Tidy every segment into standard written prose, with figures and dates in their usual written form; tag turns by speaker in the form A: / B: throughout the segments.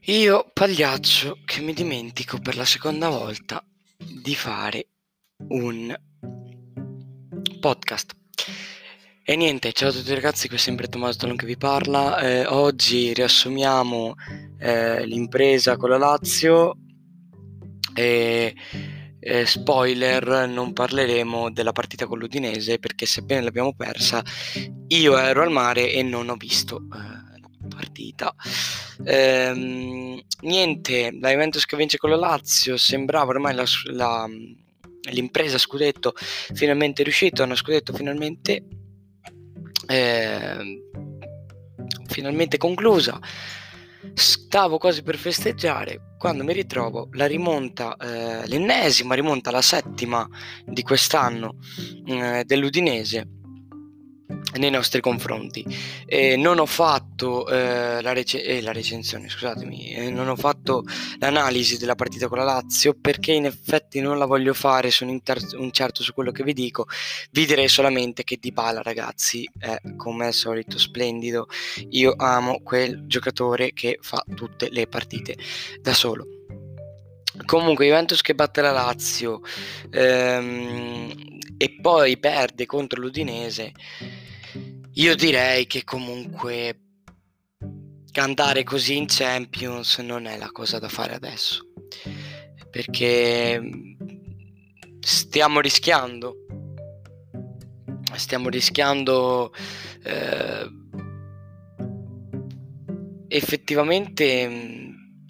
A: Io, pagliaccio, che mi dimentico per la seconda volta di fare un podcast. E niente, ciao a tutti ragazzi, qui è sempre Tommaso Talon che vi parla. Oggi riassumiamo l'impresa con la Lazio e spoiler, non parleremo della partita con l'Udinese perché sebbene l'abbiamo persa, io ero al mare e non ho visto la partita. Niente, la Juventus che vince con la Lazio sembrava ormai l'impresa scudetto finalmente riuscita, uno scudetto finalmente conclusa. Stavo quasi per festeggiare quando mi ritrovo la rimonta, l'ennesima rimonta, la settima di quest'anno dell'Udinese nei nostri confronti. Non ho fatto la recensione, scusatemi, non ho fatto l'analisi della partita con la Lazio perché in effetti non la voglio fare, sono incerto su quello che vi dico. Vi direi solamente che Dybala, ragazzi, è come al solito splendido. Io amo quel giocatore che fa tutte le partite da solo. Comunque Juventus che batte la Lazio e poi perde contro l'Udinese. Io direi che comunque andare così in Champions non è la cosa da fare adesso, perché stiamo rischiando effettivamente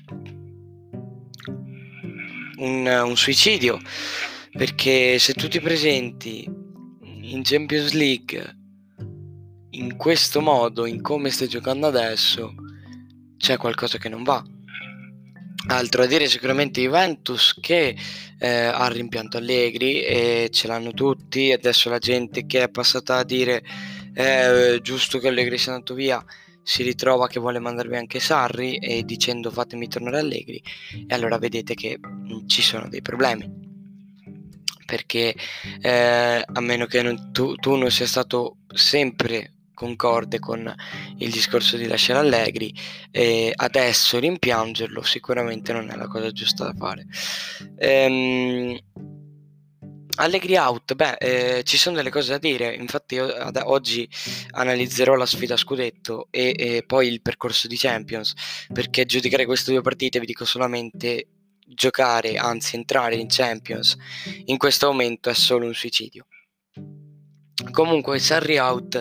A: un suicidio, perché se tu ti presenti in Champions League in questo modo, in come stai giocando adesso, c'è qualcosa che non va. Altro a dire sicuramente Juventus che ha rimpianto Allegri e ce l'hanno tutti. Adesso la gente che è passata a dire giusto che Allegri sia andato via si ritrova che vuole mandare via anche Sarri e dicendo fatemi tornare Allegri, e allora vedete che ci sono dei problemi, perché a meno che tu non sia stato sempre concorde con il discorso di lasciare Allegri, adesso rimpiangerlo sicuramente non è la cosa giusta da fare. Allegri out, ci sono delle cose da dire, infatti io oggi analizzerò la sfida a scudetto e poi il percorso di Champions, perché giudicare queste due partite vi dico solamente giocare, anzi entrare in Champions in questo momento è solo un suicidio. Comunque Sarri out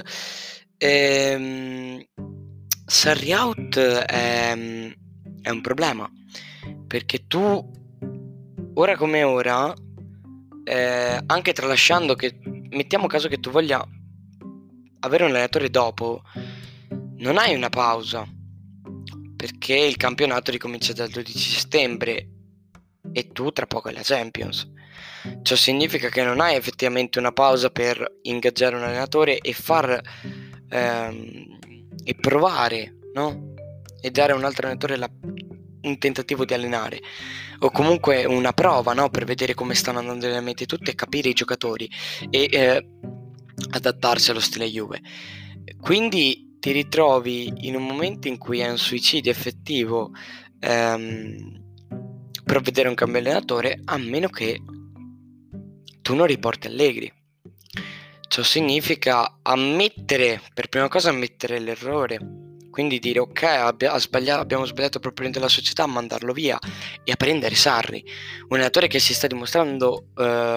A: è un problema, perché tu ora come ora anche tralasciando che mettiamo caso che tu voglia avere un allenatore dopo, non hai una pausa, perché il campionato ricomincia dal 12 settembre e tu tra poco hai la Champions. Ciò significa che non hai effettivamente una pausa per ingaggiare un allenatore e far e provare, no? E dare a un altro allenatore un tentativo di allenare, o comunque una prova, no? Per vedere come stanno andando le allenamenti tutte e capire i giocatori e adattarsi allo stile Juve. Quindi ti ritrovi in un momento in cui è un suicidio effettivo provvedere a un cambio allenatore, a meno che tu non riporti Allegri. Ciò significa per prima cosa ammettere l'errore, quindi dire ok, abbiamo sbagliato propriamente la società, a mandarlo via e a prendere Sarri, un allenatore che si sta dimostrando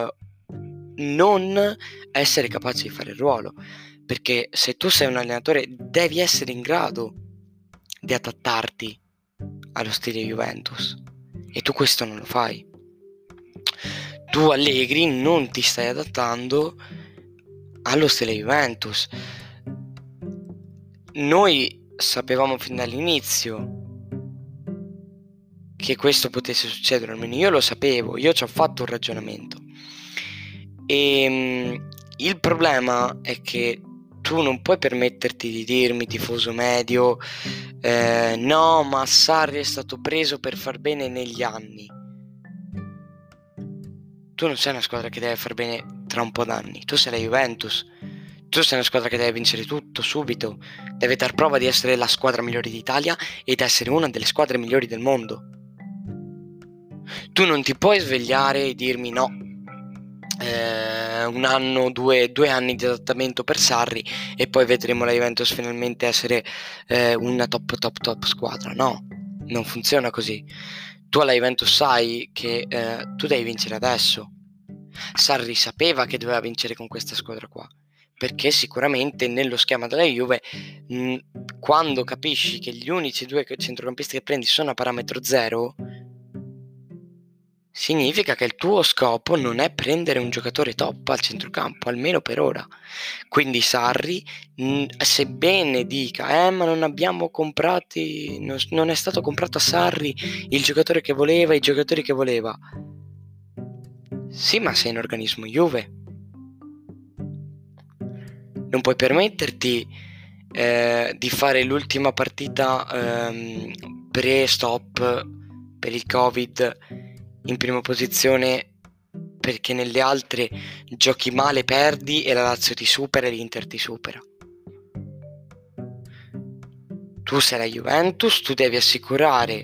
A: non essere capace di fare il ruolo, perché se tu sei un allenatore devi essere in grado di adattarti allo stile Juventus e tu questo non lo fai. Tu Allegri non ti stai adattando allo stile Juventus. Noi sapevamo fin dall'inizio che questo potesse succedere, almeno io lo sapevo, io ci ho fatto un ragionamento. E il problema è che tu non puoi permetterti di dirmi, tifoso medio, no, ma Sarri è stato preso per far bene negli anni. Tu non sei una squadra che deve far bene tra un po' d'anni, tu sei la Juventus, Tu sei una squadra che deve vincere tutto subito, deve dar prova di essere la squadra migliore d'Italia ed essere una delle squadre migliori del mondo. Tu non ti puoi svegliare e dirmi no, un anno, due anni di adattamento per Sarri e poi vedremo la Juventus finalmente essere una top squadra. No, non funziona così. Tu alla Juventus sai che tu devi vincere adesso. Sarri sapeva che doveva vincere con questa squadra qua, perché sicuramente nello schema della Juve quando capisci che gli unici due centrocampisti che prendi sono a parametro zero, significa che il tuo scopo non è prendere un giocatore top al centrocampo, almeno per ora. Quindi Sarri, sebbene dica ma non abbiamo comprati, non è stato comprato a Sarri il giocatore che voleva, i giocatori che voleva. Sì, ma sei un organismo Juve. Non puoi permetterti di fare l'ultima partita pre-stop per il Covid in prima posizione, perché nelle altre giochi male, perdi e la Lazio ti supera e l'Inter ti supera. Tu sei la Juventus, tu devi assicurare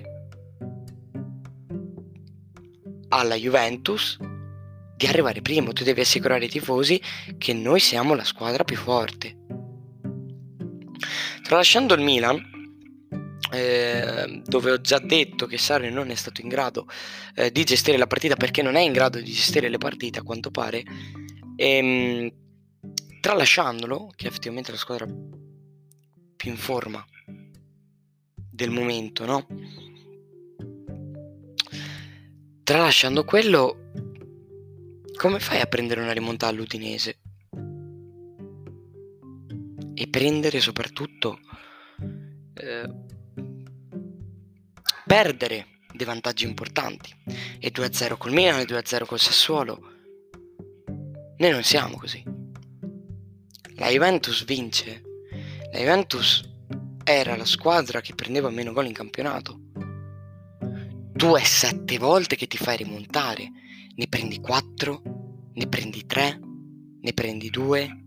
A: alla Juventus di arrivare primo, tu devi assicurare ai tifosi che noi siamo la squadra più forte. Tralasciando il Milan, dove ho già detto che Sarri non è stato in grado di gestire la partita, perché non è in grado di gestire le partite a quanto pare, tralasciandolo, che è effettivamente la squadra più in forma del momento, no? Tralasciando quello, come fai a prendere una rimonta all'Udinese? E prendere soprattutto perdere dei vantaggi importanti, e 2-0 col Milan e 2-0 col Sassuolo. Noi non siamo così. La Juventus vince. La Juventus era la squadra che prendeva meno gol in campionato. Tu è 7 volte che ti fai rimontare, ne prendi 4, ne prendi 3, ne prendi 2.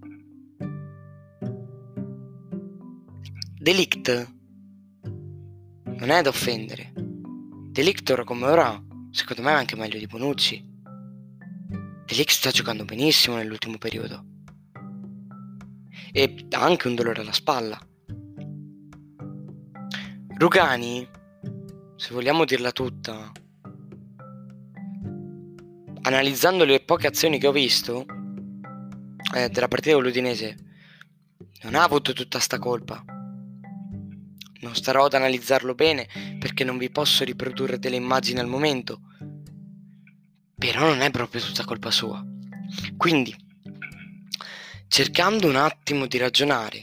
A: De Ligt non è da offendere. De Ligt ora come ora, secondo me è anche meglio di Bonucci. De Ligt sta giocando benissimo nell'ultimo periodo e ha anche un dolore alla spalla. Rugani, se vogliamo dirla tutta, analizzando le poche azioni che ho visto della partita con l'Udinese, non ha avuto tutta sta colpa. Non starò ad analizzarlo bene perché non vi posso riprodurre delle immagini al momento, però non è proprio tutta colpa sua. Quindi, cercando un attimo di ragionare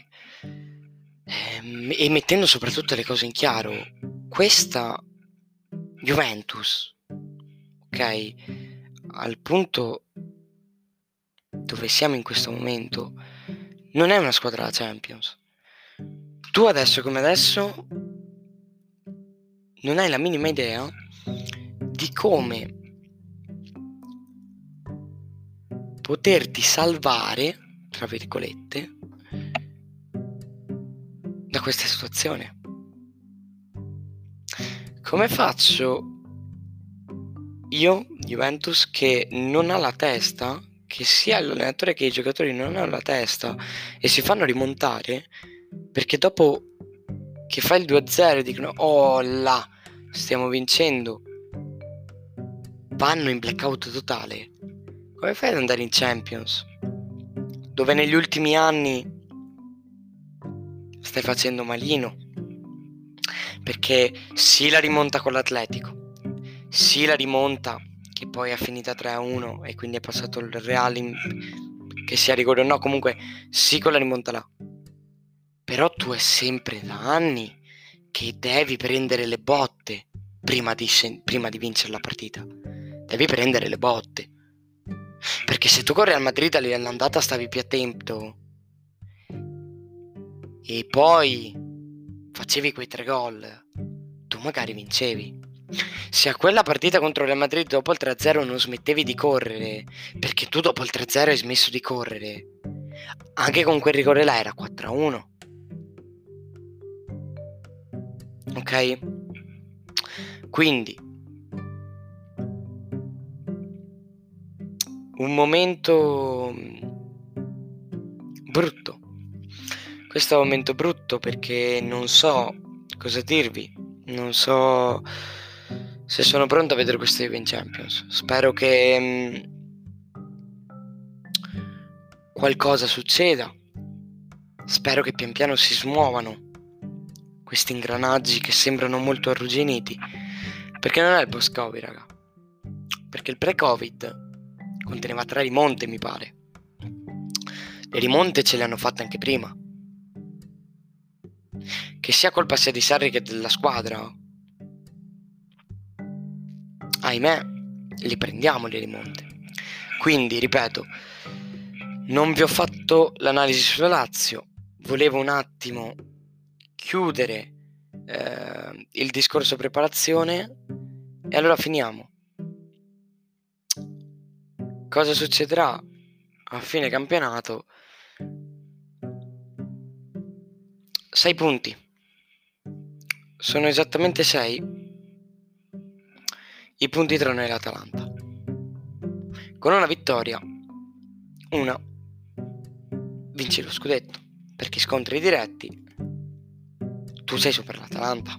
A: e mettendo soprattutto le cose in chiaro, questa Juventus, ok, al punto dove siamo in questo momento, non è una squadra da Champions. Tu adesso come adesso non hai la minima idea di come poterti salvare, tra virgolette, da questa situazione. Come faccio io, Juventus, che non ha la testa, che sia l'allenatore che i giocatori non hanno la testa e si fanno rimontare, perché dopo che fa il 2-0 dicono oh là, stiamo vincendo, vanno in blackout totale? Come fai ad andare in Champions, dove negli ultimi anni stai facendo malino? Perché sì, la rimonta con l'Atletico, sì, la rimonta che poi è finita 3-1 e quindi è passato il Real che sia rigore o no, comunque sì, con la rimonta là. Però tu è sempre da anni che devi prendere le botte prima di vincere la partita. Devi prendere le botte, perché se tu con Real Madrid all'andata stavi più attento e poi facevi quei 3 gol, tu magari vincevi. Se a quella partita contro Real Madrid dopo il 3-0 non smettevi di correre, perché tu dopo il 3-0 hai smesso di correre, Anche con quel rigore là era 4-1. Ok? Quindi un momento brutto. Questo è un momento brutto perché non so cosa dirvi. Non so se sono pronto a vedere questa Juve in Champions. Spero che qualcosa succeda. Spero che pian piano si smuovano questi ingranaggi che sembrano molto arrugginiti. Perché non è il post-Covid, raga. Perché il pre-Covid conteneva 3 rimonte, mi pare. Le rimonte ce le hanno fatte anche prima. Che sia colpa sia di Sarri che della squadra, ahimè, li prendiamo le rimonte. Quindi, ripeto, non vi ho fatto l'analisi sulla Lazio. Volevo un attimo chiudere il discorso preparazione e allora finiamo. Cosa succederà a fine campionato? 6 punti. Sono esattamente 6 i punti tra noi e l'Atalanta. Con una vittoria, vinci lo scudetto, perché scontri diretti tu sei sopra l'Atalanta,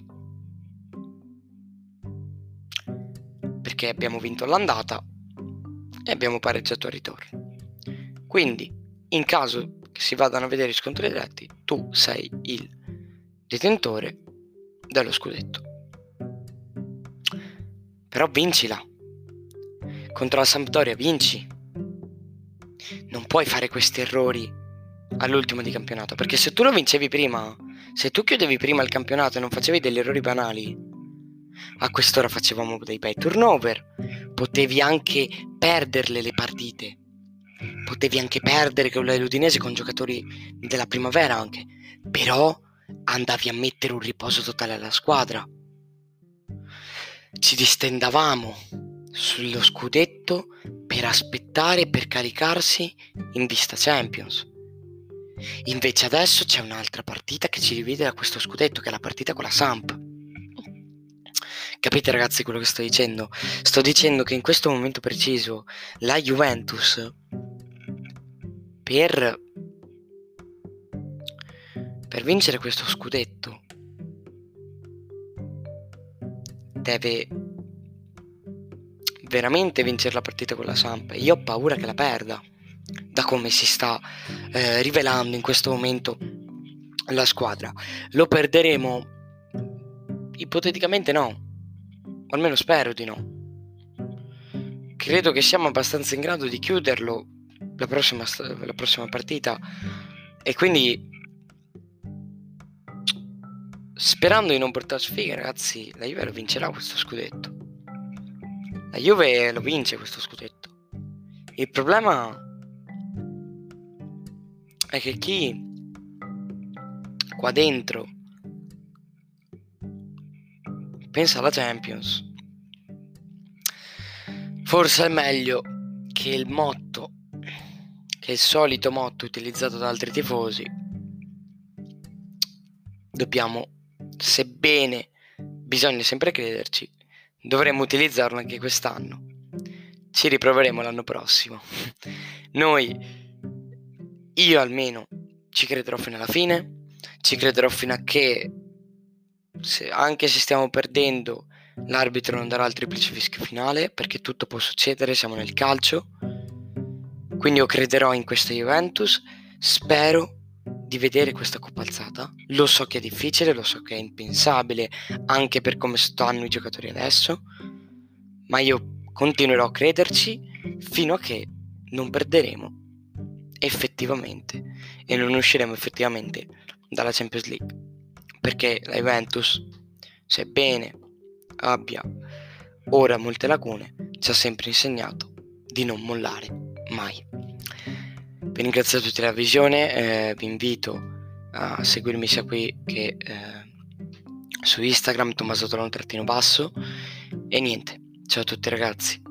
A: perché abbiamo vinto all'andata e abbiamo pareggiato al ritorno. Quindi, in caso che si vadano a vedere i scontri diretti, tu sei il detentore dello scudetto. Però vincila. Contro la Sampdoria vinci. Non puoi fare questi errori all'ultimo di campionato, perché se tu lo vincevi prima, se tu chiudevi prima il campionato e non facevi degli errori banali, a quest'ora facevamo dei bei turnover, potevi anche perderle le partite, potevi anche perdere con l'Udinese con giocatori della primavera anche, però andavi a mettere un riposo totale alla squadra. Ci distendavamo sullo scudetto per aspettare, per caricarsi in vista Champions. Invece adesso c'è un'altra partita che ci divide da questo scudetto, che è la partita con la Samp. Capite, ragazzi, quello che sto dicendo? Sto dicendo che in questo momento preciso la Juventus per vincere questo scudetto deve veramente vincere la partita con la Samp. Io ho paura che la perda, da come si sta rivelando in questo momento la squadra. Lo perderemo? Ipoteticamente no, o almeno spero di no. Credo che siamo abbastanza in grado di chiuderlo la prossima partita, e quindi, sperando di non portare sfiga, ragazzi, la Juve lo vincerà questo scudetto. La Juve lo vince questo scudetto. Il problema è che chi qua dentro pensa alla Champions, forse è meglio che il motto, che il solito motto utilizzato da altri tifosi, dobbiamo, sebbene bisogna sempre crederci, dovremmo utilizzarlo anche quest'anno. Ci riproveremo l'anno prossimo. Io almeno ci crederò fino alla fine, ci crederò fino a che, anche se stiamo perdendo, l'arbitro non darà il triplice fischio finale, perché tutto può succedere, siamo nel calcio. Quindi io crederò in questa Juventus, spero di vedere questa coppa alzata. Lo so che è difficile, lo so che è impensabile anche per come stanno i giocatori adesso, ma io continuerò a crederci fino a che non perderemo effettivamente e non usciremo effettivamente dalla Champions League, perché la Juventus, sebbene abbia ora molte lacune, ci ha sempre insegnato di non mollare mai. Vi ringrazio a tutti la visione, vi invito a seguirmi sia qui che su Instagram, Tommaso Tolon _basso, e niente, ciao a tutti ragazzi.